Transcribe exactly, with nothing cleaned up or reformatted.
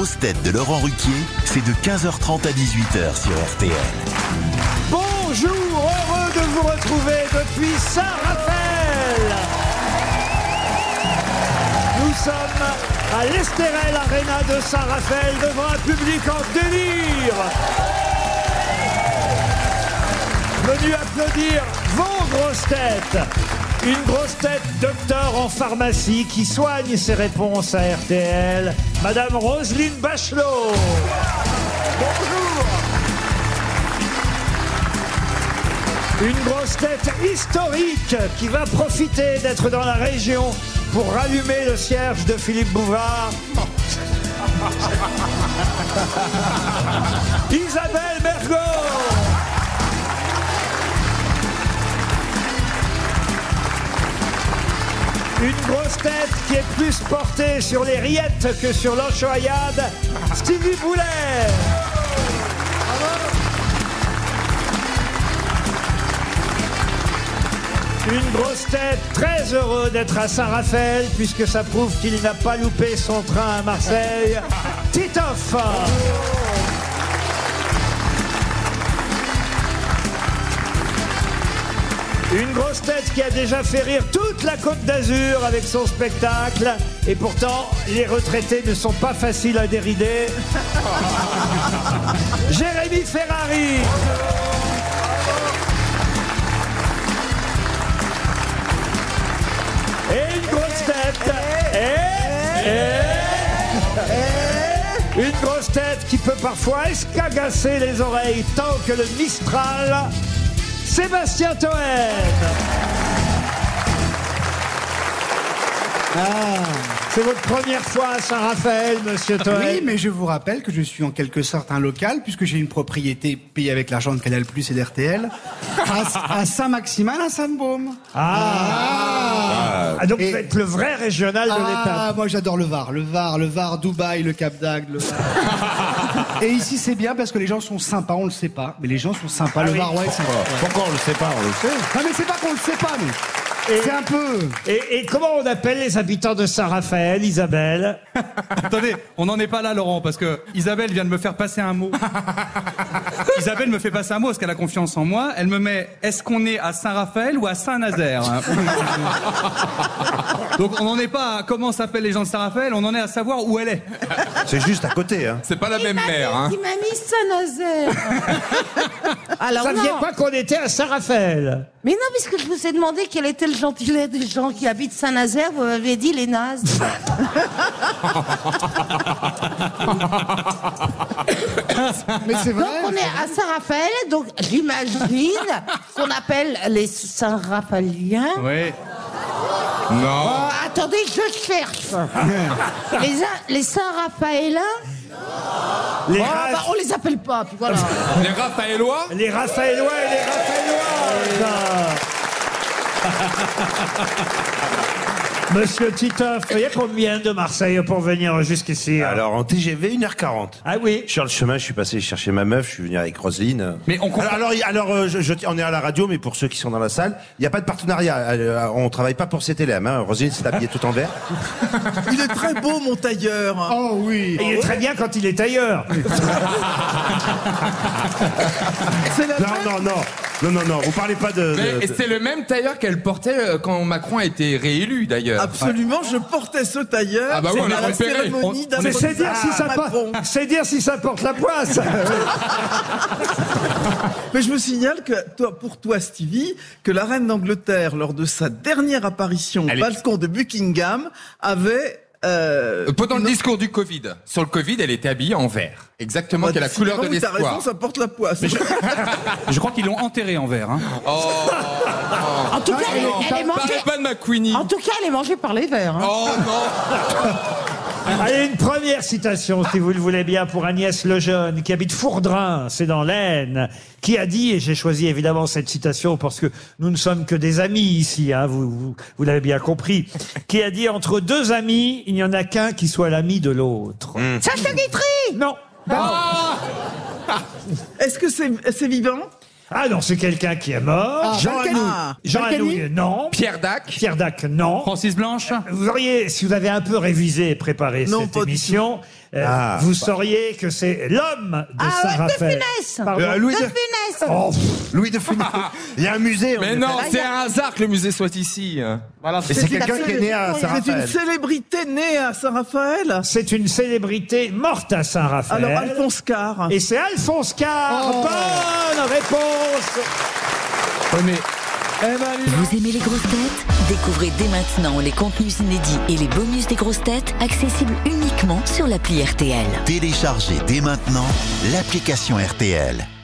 grosses têtes de Laurent Ruquier, c'est de quinze heures trente à dix-huit heures sur R T L. Bonjour, heureux de vous retrouver depuis Saint-Raphaël. Nous sommes à l'Estérel Arena de Saint-Raphaël devant un public en délire. Venu applaudir vos grosses têtes. Une grosse tête docteur en pharmacie qui soigne ses réponses à R T L, Madame Roselyne Bachelot. Bonjour. Une grosse tête historique qui va profiter d'être dans la région pour rallumer le cierge de Philippe Bouvard. Isabelle Mergo. Une grosse tête qui est plus portée sur les rillettes que sur l'enchoyade, Stevie Boulet. Une grosse tête très heureux d'être à Saint-Raphaël puisque ça prouve qu'il n'a pas loupé son train à Marseille, Titoff. Une grosse tête qui a déjà fait rire toute la Côte d'Azur avec son spectacle. Et pourtant, les retraités ne sont pas faciles à dérider. Jérémy Ferrari. Et une grosse tête. Et, et, et, une grosse tête qui peut parfois escagasser les oreilles tant que le Mistral. Sébastien Toen. Ah, c'est votre première fois à Saint-Raphaël, monsieur Toen. Oui, mais je vous rappelle que je suis en quelque sorte un local, puisque j'ai une propriété payée avec l'argent de Canal Plus et d'R T L, à, à Saint-Maximin, à Sainte-Baume. Ah, ah, ah donc et... vous êtes le vrai régional de ah, l'État. Ah, moi j'adore le Var, le Var, le Var, Dubaï, le Cap d'Agde. Le... Et ici c'est bien parce que les gens sont sympas, on le sait pas, mais les gens sont sympas. Ah, le oui. Var, ouais, c'est sympa. Pourquoi on le sait pas, on le sait. Non mais c'est pas qu'on le sait pas, mais... Et, c'est un peu... Et, et comment on appelle les habitants de Saint-Raphaël, Isabelle? Attendez, on n'en est pas là, Laurent, parce que Isabelle vient de me faire passer un mot. Isabelle me fait passer un mot parce qu'elle a confiance en moi. Elle me met, est-ce qu'on est à Saint-Raphaël ou à Saint-Nazaire? Donc on n'en est pas à comment s'appellent les gens de Saint-Raphaël, on en est à savoir où elle est. C'est juste à côté, hein. C'est pas la il même mère, hein. Il m'a mis Saint-Nazaire. Alors, vous ne saviez pas qu'on était à Saint-Raphaël? Mais non, puisque je vous ai demandé quel était le gentilé des gens qui habitent Saint-Nazaire, vous m'avez dit les nazes. Mais c'est vrai. Donc on est à Saint-Raphaël, donc j'imagine qu'on appelle les Saint-Raphaéliens. Oui. Non. Oh, attendez, je cherche. les, les Saint-Raphaéliens. Les oh, Ra... bah, on les appelle pas, puis voilà. Les Raphaélois. Les Raphaélois et les Raphaéloises. Monsieur Titoff, il y a combien de Marseille pour venir jusqu'ici? Alors, en T G V, une heure quarante. Ah oui. Sur le chemin, je suis passé chercher ma meuf, je suis venu avec Roselyne. Mais on comprend... Alors, alors, alors euh, je, je, on est à la radio, mais pour ceux qui sont dans la salle, il n'y a pas de partenariat. Euh, on travaille pas pour C T L M. Hein. Roselyne s'est habillée tout en vert. Il est très beau, mon tailleur. Oh oui. Et il est très bien quand il est ailleurs. C'est la Non, non, non. Non, non, non. Vous parlez pas de... Mais de, de... c'est le même tailleur qu'elle portait quand Macron a été réélu, d'ailleurs. Absolument, je portais ce tailleur. Ah bah oui, on l'a à la repéré. cérémonie C'est c'est dire, si ça Macron. por- c'est dire si ça porte la poisse. Mais je me signale que toi, pour toi, Stevie, que la reine d'Angleterre, lors de sa dernière apparition Elle au est- balcon de Buckingham, avait... Euh, Pendant le une- discours du Covid, sur le Covid, elle était habillée en vert. Exactement, Bah, qui est la couleur de finalement, t'as l'espoir. raison, ça porte la poisse. Je crois qu'ils l'ont enterré en verre. Hein. Oh, En tout cas, elle, non, elle est mangée. parlez pas de ma Queenie. En tout cas, elle est mangée par les vers. Hein. Oh non. Allez, une première citation, si vous le voulez bien, pour Agnès Lejeune, qui habite Fourdrin, c'est dans l'Aisne, qui a dit, et j'ai choisi évidemment cette citation parce que nous ne sommes que des amis ici, hein, vous, vous, vous l'avez bien compris, qui a dit, entre deux amis, il n'y en a qu'un qui soit l'ami de l'autre. Mm. Sacha Guitry. Non. Est-ce que c'est c'est vivant? Ah non, c'est quelqu'un qui est mort. Ah, Jean Balkany. Anouilh. Jean Balkany. Anouilh, non. Pierre Dac. Pierre Dac, non. Francis Blanche. Vous auriez, si vous avez un peu révisé et préparé Non, cette pas du émission, euh, Ah, vous sauriez que c'est l'homme de Ah ouais, de Saint-Raphaël. Funès. Pardon. Euh, Louis De de, Funès. Oh, pff, Louis de Funès. Il y a un musée. on Mais est non, fait- c'est un hasard que le musée soit ici. Voilà. Et c'est quelqu'un qui est né à C'est une Saint-Raphaël. célébrité née à Saint-Raphaël. c'est une célébrité morte à Saint-Raphaël. Alors, Alphonse Carr. Et c'est Alphonse Carr. Oh. Bonne réponse. Ouais, mais Eh ben, dis donc. Vous aimez les grosses têtes? Découvrez dès maintenant les contenus inédits et les bonus des grosses têtes accessibles uniquement sur l'appli R T L. Téléchargez dès maintenant l'application R T L.